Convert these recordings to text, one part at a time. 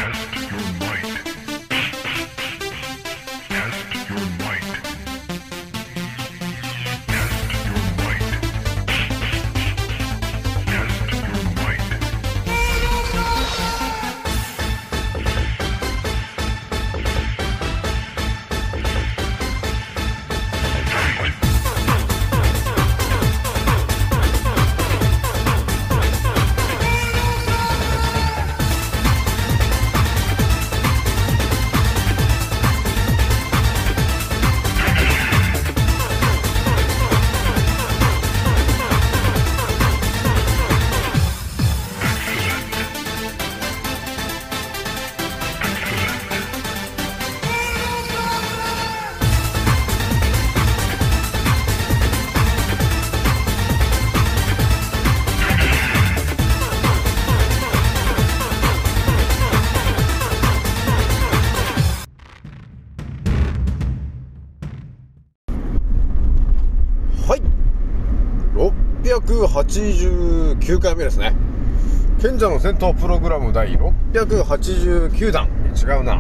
689回目ですね。賢者の戦闘プログラム第689弾違うな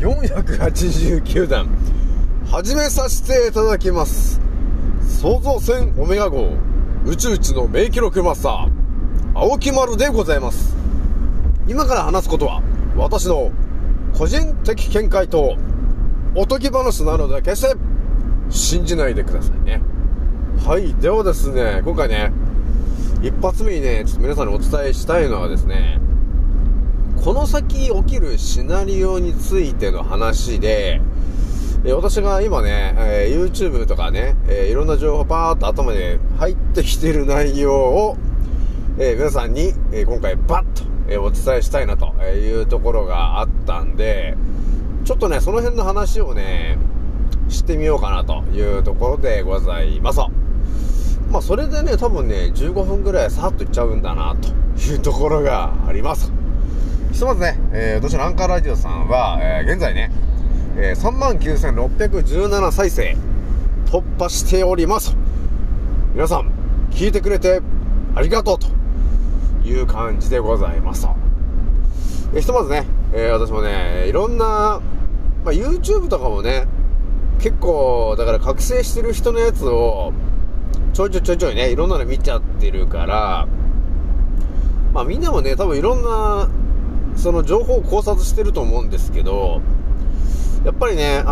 489弾始めさせていただきます。創造船オメガ号宇宙一の名記録マスター青木丸でございます。今から話すことは私の個人的見解とおとぎ話なので決して信じないでくださいね。はい、ではですね、今回ね一発目にねちょっと皆さんにお伝えしたいのはですね、この先起きるシナリオについての話で、私が今ね、YouTube とかね、いろんな情報パーッと頭に入ってきてる内容を、皆さんに、今回バッと、お伝えしたいなというところがあったんで、ちょっとねその辺の話をねしてみようかなというところでございます。まあそれでね多分ね15分ぐらいさっといっちゃうんだなというところがあります。ひとまずね、私のアンカーラジオさんは、現在ね、39,617 再生突破しております。皆さん聞いてくれてありがとうという感じでございます。ひとまずね、私もねいろんな、YouTube とかもね結構だから覚醒してる人のやつをちょいねいろんなの見ちゃってるから、みんなもね多分いろんなその情報を考察してると思うんですけど、やっぱりね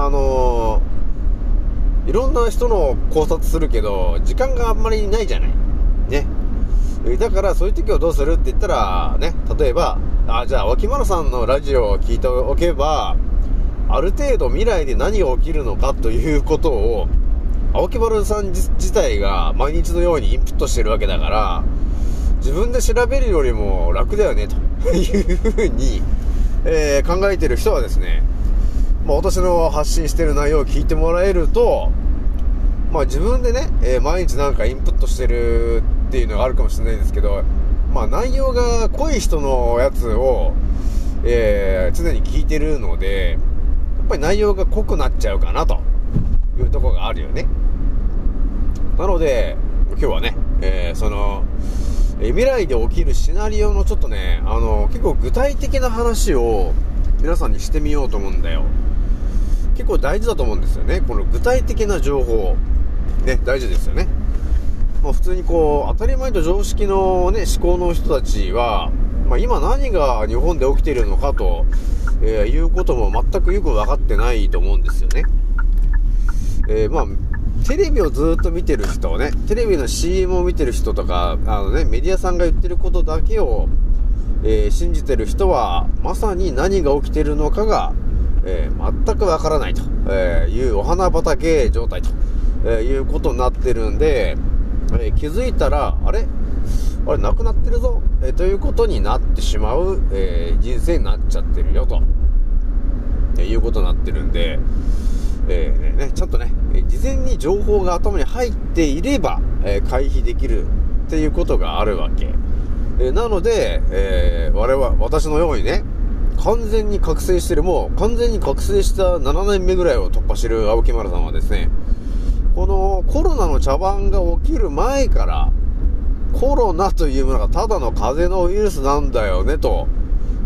いろんな人の考察するけど時間があんまりないじゃないね。だからそういう時はどうするって言ったらね、例えばじゃあ脇丸さんのラジオを聞いておけばある程度未来で何が起きるのかということを青木丸さん自体が毎日のようにインプットしてるわけだから、自分で調べるよりも楽だよねというふうに、考えてる人はですね、私の発信してる内容を聞いてもらえると、自分でね、毎日なんかインプットしてるっていうのがあるかもしれないんですけど、内容が濃い人のやつを、常に聞いてるので、やっぱり内容が濃くなっちゃうかなというところがあるよね。なので今日はね、その未来で起きるシナリオのちょっとね結構具体的な話を皆さんにしてみようと思うんだよ。結構大事だと思うんですよね。この具体的な情報ね大事ですよね。普通にこう当たり前と常識のね思考の人たちは、今何が日本で起きているのかと、いうことも全くよく分かってないと思うんですよね。テレビをずっと見てる人ね、テレビの CM を見てる人とかメディアさんが言ってることだけを、信じてる人はまさに何が起きてるのかが、全くわからないと、いうお花畑状態と、いうことになってるんで、気づいたらあれなくなってるぞ、ということになってしまう、人生になっちゃってるよと、いうことになってるんで、ちゃんとね事前に情報が頭に入っていれば、回避できるっていうことがあるわけ、なので、私のようにね完全に覚醒してる、もう完全に覚醒した7年目ぐらいを突破してる青木丸さんはですね、このコロナの茶番が起きる前からコロナというものがただの風邪のウイルスなんだよねと、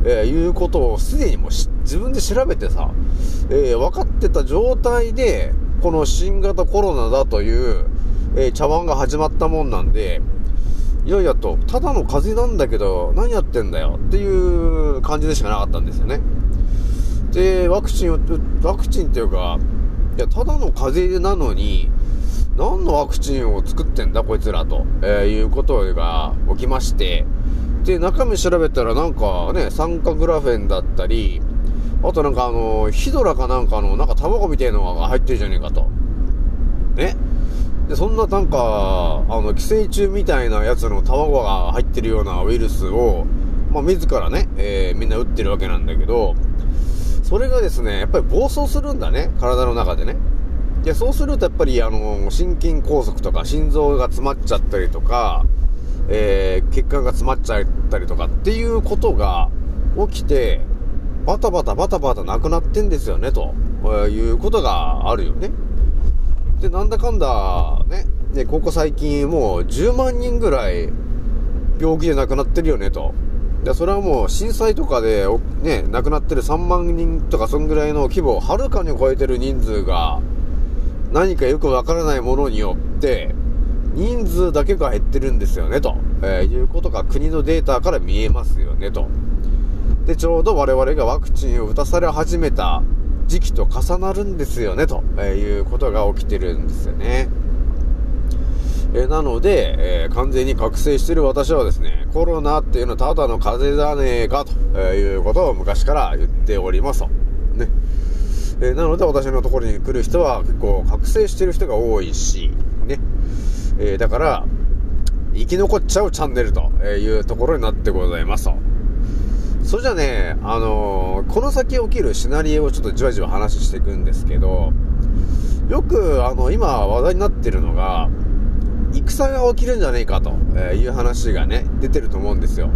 いうことをすでにもう自分で調べてさ、分かってた状態で、この新型コロナだという、茶碗が始まったもんなんで、いやいやと、ただの風邪なんだけど、何やってんだよっていう感じでしかなかったんですよね。で、ワクチンっていうか、いや、ただの風邪なのに、何のワクチンを作ってんだこいつらと、いうことが起きまして、で、中身調べたらなんかね、酸化グラフェンだったり、あとなんかヒドラかなんかのなんか卵みたいなのが入ってるじゃねえかと。ね。で、そんななんか、寄生虫みたいなやつの卵が入ってるようなウイルスを、まあ自らね、みんな打ってるわけなんだけど、それがですね、やっぱり暴走するんだね、体の中でね。で、そうするとやっぱり心筋梗塞とか心臓が詰まっちゃったりとか、血管が詰まっちゃったりとかっていうことが起きて、バタバタなくなってんですよね、ということがあるよね。で、なんだかんだね、で、ここ最近もう10万人ぐらい病気で亡くなってるよね、と。で、それはもう震災とかでね、亡くなってる3万人とかそんぐらいの規模をはるかに超えてる人数が何かよくわからないものによって人数だけが減ってるんですよね、と、いうことが国のデータから見えますよね、と。で、ちょうど我々がワクチンを打たされ始めた時期と重なるんですよね、と、いうことが起きてるんですよね。なので、完全に覚醒している私はですね、コロナっていうのはただの風邪だねえかと、いうことを昔から言っておりますと。ね。なので私のところに来る人は結構覚醒している人が多いし、ね。だから、生き残っちゃうチャンネルというところになってございますと。それじゃね、この先起きるシナリオをちょっとじわじわ話していくんですけど、よく今話題になってるのが、戦が起きるんじゃねえかという話がね、出てると思うんですよ。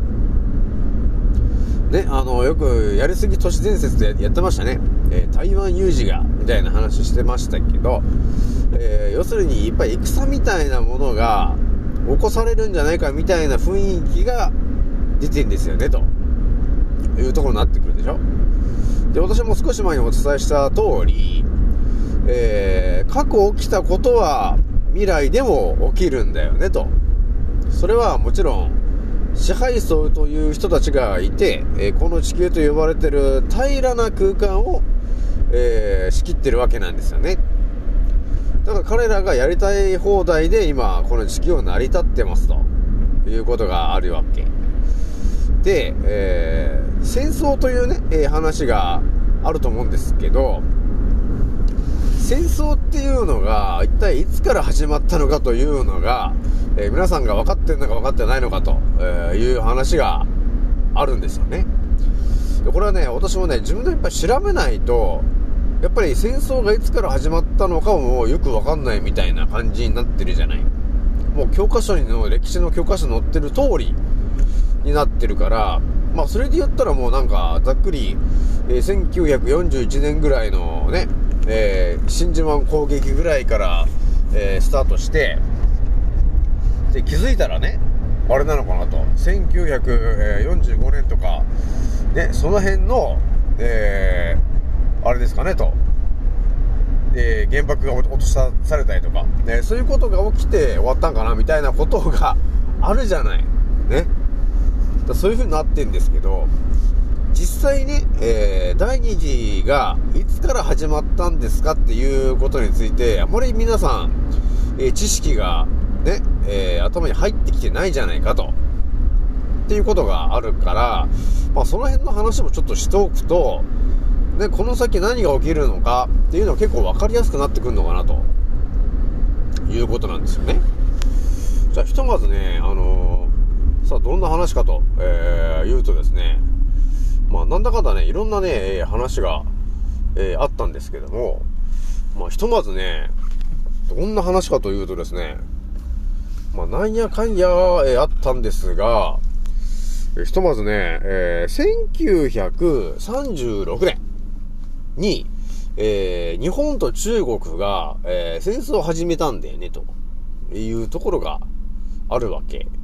ね、よくやりすぎ都市伝説でやってましたね。台湾有事が、みたいな話してましたけど、要するに、やっぱり戦みたいなものが起こされるんじゃないかみたいな雰囲気が出てんですよね、というところになってくるでしょ。で、私も少し前にお伝えした通り、過去起きたことは未来でも起きるんだよねと。それはもちろん支配層という人たちがいて、この地球と呼ばれている平らな空間を、仕切ってるわけなんですよね。だから彼らがやりたい放題で今この地球を成り立ってますということがあるわけで、戦争というね、話があると思うんですけど、戦争っていうのが一体いつから始まったのかというのが、皆さんが分かってるのか分かってないのかという話があるんですよね。でこれはね、私もね、自分でやっぱり調べないと、やっぱり戦争がいつから始まったのかもよく分かんないみたいな感じになってるじゃない。もう教科書の歴史の教科書に載ってる通りになってるから、まあそれで言ったらもうなんかざっくり、1941年ぐらいのね、真珠湾攻撃ぐらいから、スタートしてで気づいたらね、あれなのかなと、1945年とかね、その辺の、あれですかねと、原爆が落とされたりとか、そういうことが起きて終わったんかなみたいなことがあるじゃないね。だそういう風になってんですけど、実際ね、第二次がいつから始まったんですかっていうことについてあまり皆さん、知識がね、頭に入ってきてないじゃないかとっていうことがあるから、まあその辺の話もちょっとしておくと、ね、この先何が起きるのかっていうのは結構分かりやすくなってくるのかなということなんですよね。じゃあひとまずね、さあどんな話かと、言うとですね、まあなんだかんだね、いろんなね、話が、あったんですけども、まあひとまずね、どんな話かというとですね、まあなんやかんや、あったんですが、ひとまずね、1936年に、日本と中国が、戦争を始めたんだよねというところがあるわけ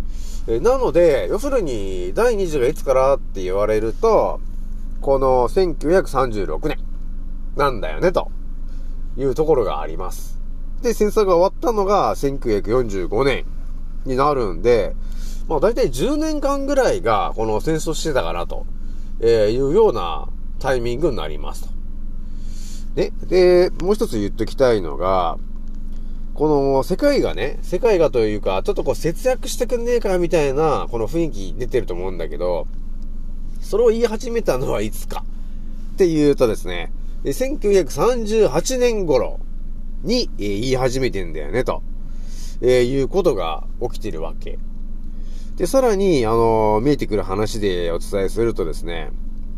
なので、要するに、第二次がいつからって言われると、この1936年なんだよね、というところがあります。で、戦争が終わったのが1945年になるんで、まあ大体10年間ぐらいがこの戦争してたかなと、いうようなタイミングになりますと。ね。で、もう一つ言っときたいのが、この世界がというか、ちょっとこう節約してくんねえかみたいな、この雰囲気出てると思うんだけど、それを言い始めたのはいつかっていうとですね、1938年頃に言い始めてんだよね、ということが起きてるわけ。で、さらに、見えてくる話でお伝えするとですね、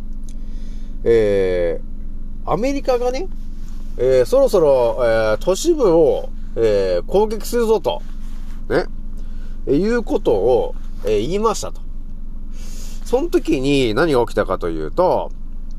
アメリカがね、そろそろ、都市部を攻撃するぞと、ね、いうことを、言いましたと。その時に何が起きたかというと、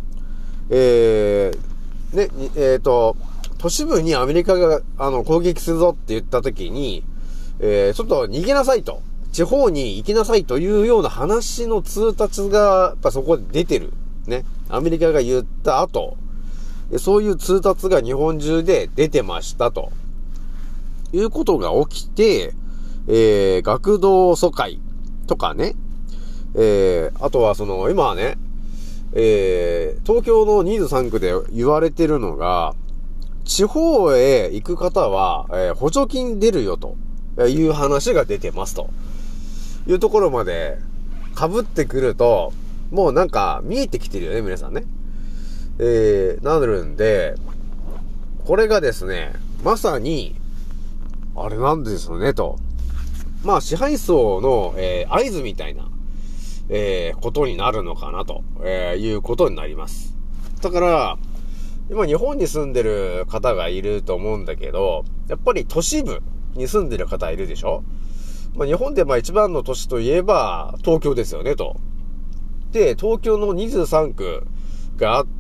都市部にアメリカが、攻撃するぞって言った時に、ちょっと逃げなさいと。地方に行きなさいというような話の通達が、やっぱそこで出てる。ね。アメリカが言った後、そういう通達が日本中で出てましたと。いうことが起きて、学童疎開とかね、あとは今はね、東京の23区で言われてるのが、地方へ行く方は、補助金出るよという話が出てますというところまで被ってくると、もうなんか見えてきてるよね、皆さんね。なるんで、これがですね、まさに、あれなんですよね、と。まあ、支配層の、合図みたいな、ことになるのかな、と、いうことになります。だから、今日本に住んでる方がいると思うんだけど、やっぱり都市部に住んでる方いるでしょ？まあ、日本で一番の都市といえば、東京ですよね、と。で、東京の23区があって、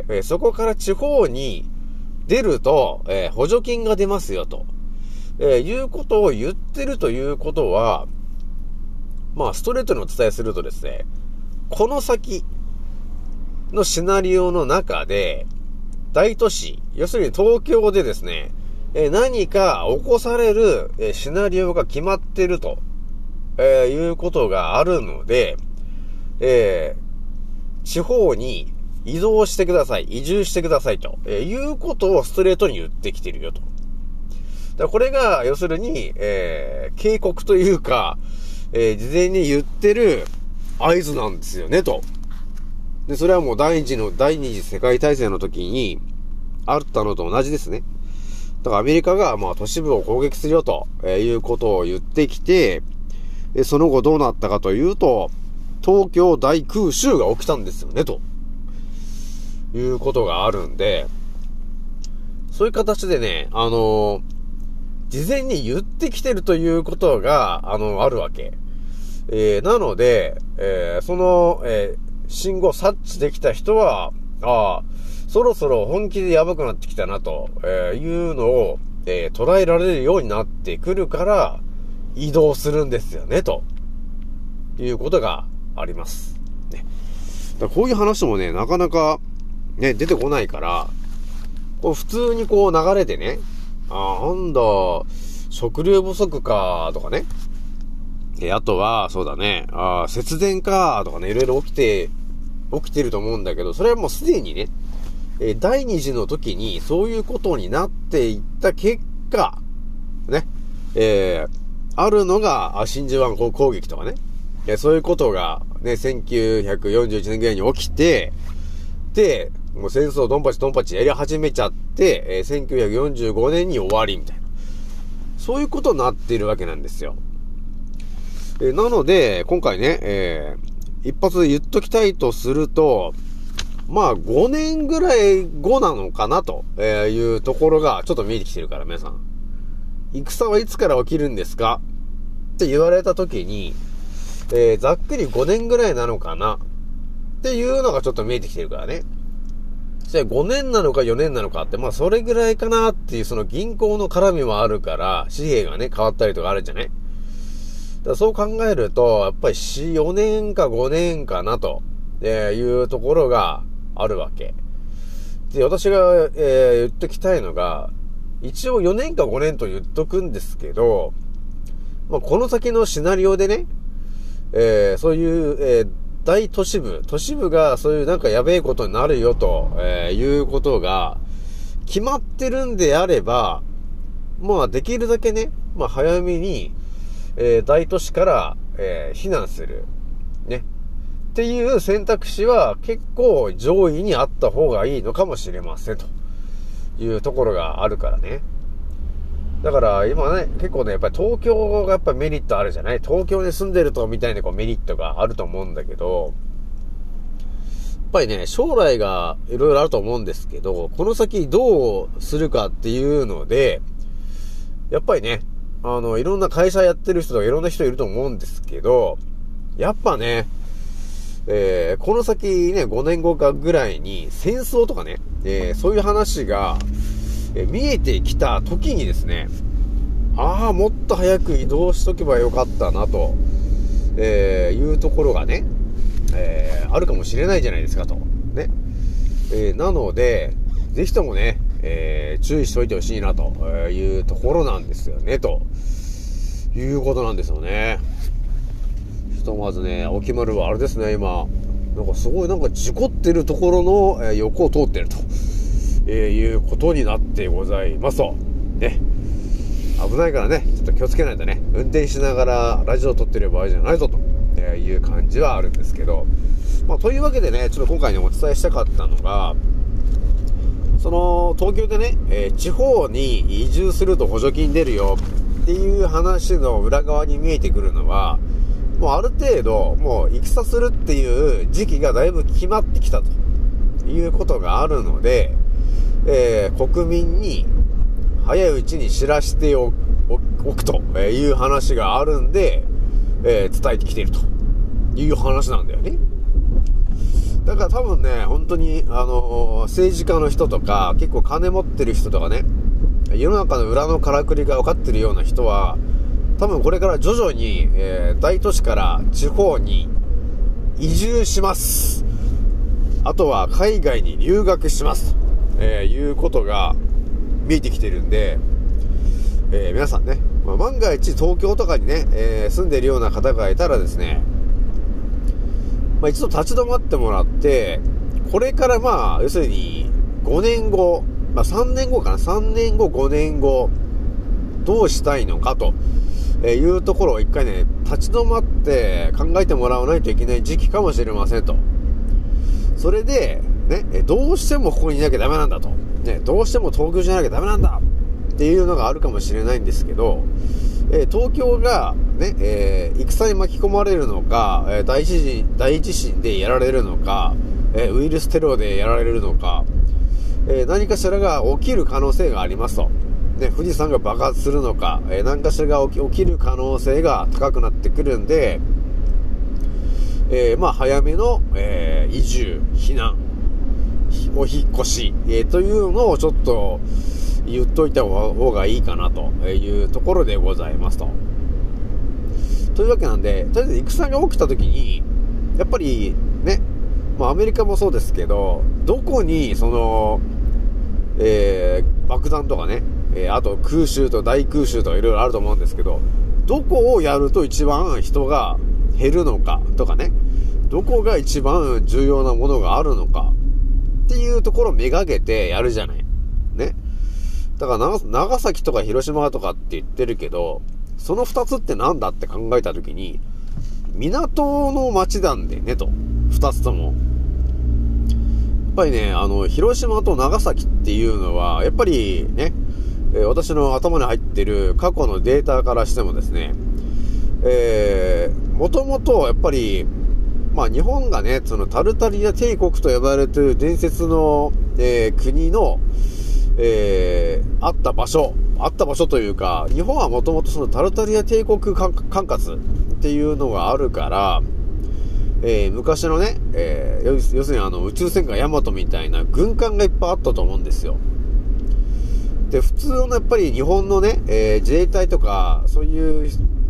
そこから地方に出ると、補助金が出ますよ、と。いうことを言ってるということは、まあ、ストレートにお伝えするとですね、この先のシナリオの中で、大都市、要するに東京でですね、何か起こされる、シナリオが決まってると、いうことがあるので、地方に移動してください、移住してくださいと、いうことをストレートに言ってきてるよと。だからこれが、要するに、警告というか、事前に言ってる合図なんですよね、と。で、それはもう第二次世界大戦の時にあったのと同じですね。だからアメリカが、まあ、都市部を攻撃するよと、いうことを言ってきて、その後どうなったかというと、東京大空襲が起きたんですよね、ということがあるんで、そういう形でね、事前に言ってきてるということが、あるわけ。なので、信号察知できた人は、そろそろ本気でやばくなってきたなと、いうのを、捉えられるようになってくるから、移動するんですよね、ということがあります。ね。だからこういう話もね、なかなか、ね、出てこないから、こう普通にこう流れてね、なんだ、食料不足か、とかね。あとは、そうだね、節電か、とかね、いろいろ起きてると思うんだけど、それはもうすでにね、第二次の時にそういうことになっていった結果、ね、あるのが、真珠湾攻撃とかね、そういうことがね、1941年ぐらいに起きて、で、もう戦争ドンパチやり始めちゃって、1945年に終わりみたいな。そういうことになっているわけなんですよ。なので、今回ね、一発で言っときたいとすると、まあ5年ぐらい後なのかなというところがちょっと見えてきてるから皆さん。戦はいつから起きるんですかって言われた時に、ざっくり5年ぐらいなのかなっていうのがちょっと見えてきてるからね。じゃあ5年なのか4年なのかって、まあそれぐらいかなっていうその銀行の絡みもあるから、紙幣がね変わったりとかあるんじゃない？ らそう考えると、やっぱり4年か5年かなというところがあるわけ。で、私が、言っときたいのが、一応4年か5年と言っとくんですけど、まあ、この先のシナリオでね、そういう、大都市部がそういうなんかやべえことになるよと、いうことが決まってるんであれば、まあできるだけね、まあ早めに、大都市から、避難する。ね。っていう選択肢は結構上位にあった方がいいのかもしれませんというところがあるからね。だから今ね、結構ね、やっぱり東京がやっぱりメリットあるじゃない？東京に住んでるとみたいなこうメリットがあると思うんだけど、やっぱりね、将来がいろいろあると思うんですけど、この先どうするかっていうので、やっぱりね、いろんな会社やってる人とかいろんな人いると思うんですけど、やっぱね、この先ね、5年後かぐらいに戦争とかね、そういう話が、見えてきた時にですね、もっと早く移動しとけばよかったなと、いうところがね、あるかもしれないじゃないですかと。ね。なので、ぜひともね、注意しといてほしいなというところなんですよね、ということなんですよね。ひとまずね、青木丸はあれですね、今、なんかすごいなんか事故ってるところの、横を通ってると、いうことになってございますと。ね。危ないからね、ちょっと気をつけないとね、運転しながらラジオを撮ってる場合じゃないぞと、いう感じはあるんですけど、まあ、というわけでね、ちょっと今回ね、お伝えしたかったのが、その、東京でね、地方に移住すると補助金出るよっていう話の裏側に見えてくるのは、もうある程度、もう戦するっていう時期がだいぶ決まってきたということがあるので、国民に早いうちに知らせておくという話があるんで、伝えてきているという話なんだよね。だから多分ね、本当に、政治家の人とか、結構金持ってる人とかね、世の中の裏のからくりが分かってるような人は、多分これから徐々に、大都市から地方に移住します。あとは海外に留学します。いうことが見えてきてるんで、皆さんね、万が一東京とかにね、住んでいるような方がいたらですね、一度立ち止まってもらって、これから要するに5年後、3年後かな、3年後、5年後、どうしたいのかというところを一回ね、立ち止まって考えてもらわないといけない時期かもしれませんと。それで、ね、どうしてもここにいなきゃダメなんだと。ね、どうしても東京じゃなきゃダメなんだっていうのがあるかもしれないんですけど、東京がね、戦に巻き込まれるのか、大地震でやられるのか、ウイルステロでやられるのか、何かしらが起きる可能性がありますと。ね、富士山が爆発するのか、何かしらが起きる可能性が高くなってくるんで、早めの、移住、避難、お引っ越し、というのをちょっと言っといた方がいいかなというところでございますと。というわけなんで、とりあえず戦が起きた時に、やっぱりね、アメリカもそうですけど、どこにその、爆弾とかね、あと空襲と大空襲とかいろいろあると思うんですけど、どこをやると一番人が減るのかとかね、どこが一番重要なものがあるのかっていうところをめがけてやるじゃないね。だから長崎とか広島とかって言ってるけど、その二つってなんだって考えたときに、港の町なんでねと、二つとも。やっぱりね、広島と長崎っていうのは、やっぱりね、私の頭に入ってる過去のデータからしてもですね、もともとやっぱり、日本がね、そのタルタリア帝国と呼ばれている伝説の、国の、あった場所というか、日本はもともとそのタルタリア帝国管轄っていうのがあるから、昔のね、要するに宇宙戦艦ヤマトみたいな軍艦がいっぱいあったと思うんですよ。で、普通のやっぱり日本のね、自衛隊とか、そういう、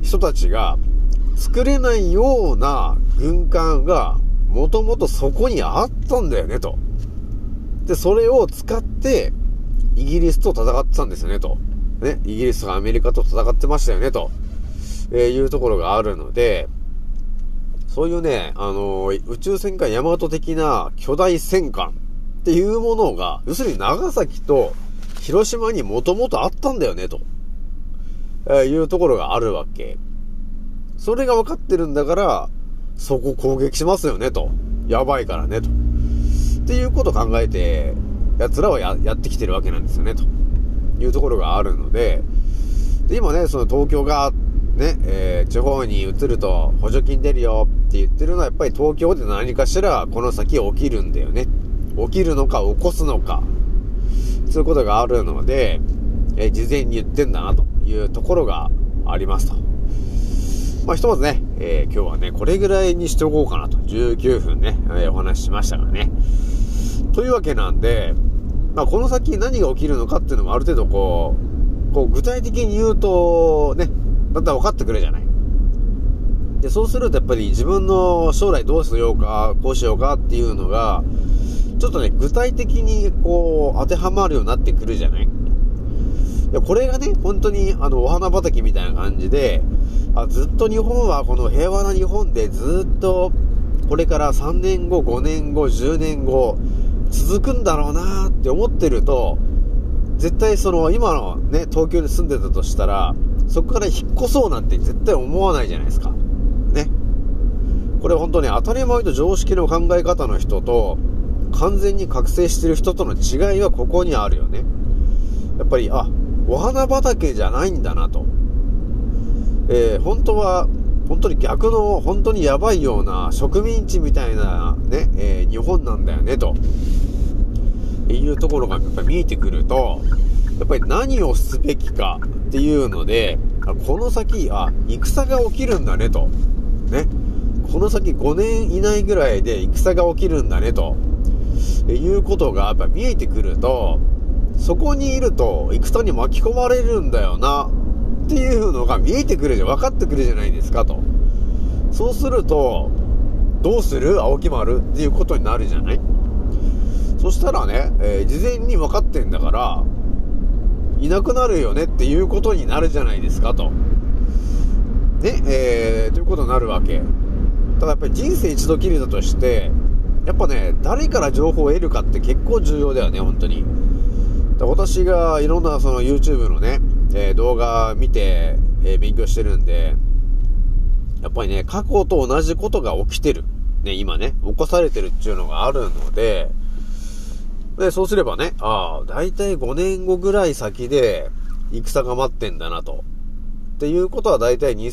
人たちが作れないような軍艦がもともとそこにあったんだよねと。で、それを使ってイギリスと戦ってたんですよねと。ね、イギリスとかアメリカと戦ってましたよねと、いうところがあるので、そういうね、宇宙戦艦ヤマト的な巨大戦艦っていうものが、要するに長崎と広島にもともとあったんだよねと、いうところがあるわけ。それが分かってるんだから、そこ攻撃しますよねと。やばいからねと。っていうことを考えて、奴らは やってきてるわけなんですよねというところがあるので、で今ね、その東京がね、地方に移ると補助金出るよって言ってるのはやっぱり東京で何かしらこの先起きるんだよね。起きるのか起こすのか。そういうことがあるので、事前に言ってんだなというところがありますと。まあ、ひとまずね、今日はね、これぐらいにしておこうかなと。19分ね、お話ししましたからね。というわけなんで、まあ、この先何が起きるのかっていうのもある程度こう具体的に言うと、ね、だんだん分かってくるじゃない。で、そうするとやっぱり自分の将来どうしようか、こうしようかっていうのが、ちょっとね、具体的にこう、当てはまるようになってくるじゃない。でこれがね、本当にお花畑みたいな感じで、ずっと日本はこの平和な日本でずっと、これから3年後、5年後、10年後、続くんだろうなって思ってると、絶対その今のね、東京に住んでたとしたら、そこから引っ越そうなんて絶対思わないじゃないですか。ね。これ本当に当たり前と常識の考え方の人と、完全に覚醒してる人との違いはここにあるよね。やっぱり、お花畑じゃないんだなと。本当は、本当に逆の、本当にやばいような植民地みたいなね、日本なんだよねと。いうところがやっぱり見えてくると、やっぱり何をすべきかっていうので、この先、戦が起きるんだねと。ね。この先5年以内ぐらいで戦が起きるんだねと。いうことがやっぱ見えてくると、そこにいると戦に巻き込まれるんだよなっていうのが見えてくるじゃん、分かってくるじゃないですかと。そうすると、どうする青木丸っていうことになるじゃない。そしたらね、事前に分かってんだからいなくなるよねっていうことになるじゃないですかと。ね、ということになるわけ。ただやっぱり人生一度きりだとして、やっぱね、誰から情報を得るかって結構重要だよね、本当に。私がいろんなその YouTube のね、動画見て、勉強してるんで、やっぱりね、過去と同じことが起きてる。ね、今ね、起こされてるっていうのがあるので、そうすればね、だいたい5年後ぐらい先で戦が待ってんだなと。っていうことはだいたい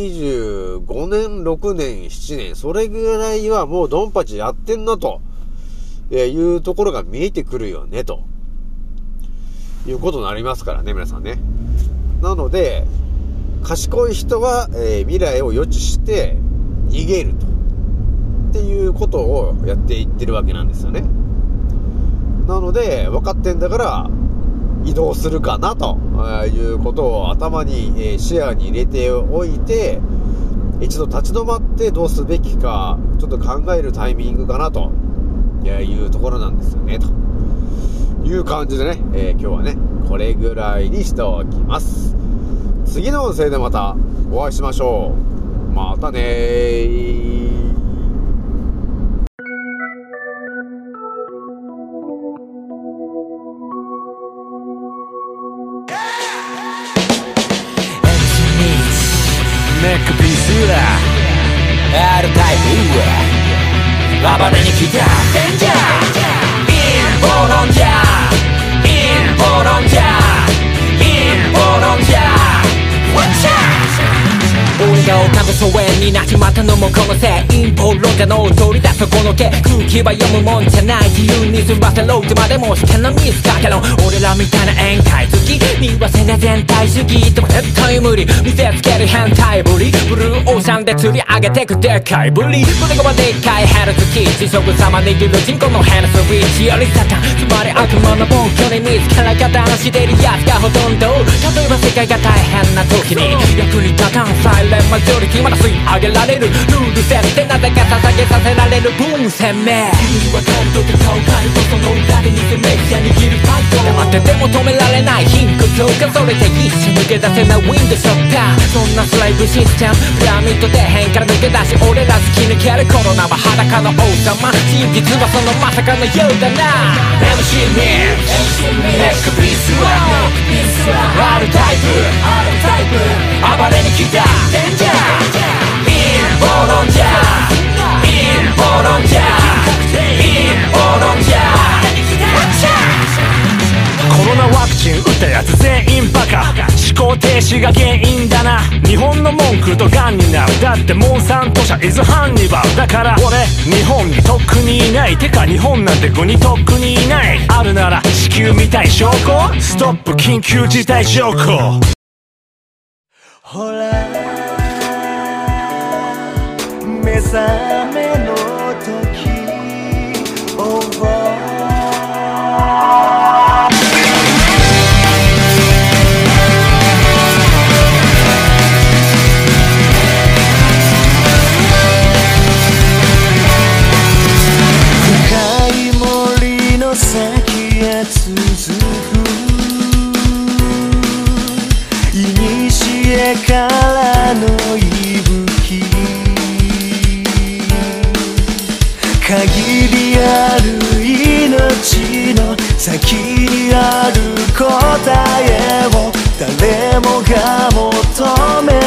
2025年、6年、7年、それぐらいはもうドンパチやってんなと、いうところが見えてくるよねと。いうことになりますからね、皆さんね。なので、賢い人は、未来を予知して逃げると。っていうことをやっていってるわけなんですよね。なので、分かってんだから、移動するかなということを頭に、視野に入れておいて、一度立ち止まってどうすべきか、ちょっと考えるタイミングかなというところなんですよね、という感じでね、今日はね、これぐらいにしておきます。次の音声でまたお会いしましょう。またねー。 ネックピースだ R タイプラバネに来たデンジャーインボロンジャーインボロンジャーインボロンジャーワッチャー俺がおかぶ疎遠になっちまったのもこのせい陰謀論者の通りだそこのけ空気は読むもんじゃない自由に済ませろってまでもしてんのミスかけろ俺らみたいな宴会好き見忘れ全体主義でも絶対無理見せつける変態ぶりブルーオーシャンで釣り上げてくでかいぶり胸がまでっかいヘルツキー地食様握る人口のヘルスウィッチよりサタンつまり悪魔の暴挙に見つから方のしてるやつがほとんど例えば世界が大変な時に役に立たんサイレンマジョリティまだ吸い上げられるルール設定なぜか捧げさせられる分鮮明君に分かるとか顔変えるとその裏で偽メディア握る態度黙ってても止められない貧困強化それで一瞬抜け出せないウィンドショッターそんなスライブシステムピラミッド底辺から抜け出し俺ら突き抜けるコロナは裸の王様真実はそのまさかのようだな MC ミックスネックピースはRタイプ暴れに来たデンジャー陰謀論者陰謀論者陰謀論者コロナワクチン打ったやつ全員バカ思考停止が原因だな日本の文句とガンになるだってモンサント社イズハンニバルだから俺日本にとっくにいないてか日本なんて国とっくにいないあるなら地球みたい証拠ストップ緊急事態証拠ほら目覚めの時 Over先へ続く古からの息吹限りある命の先にある答えを誰もが求め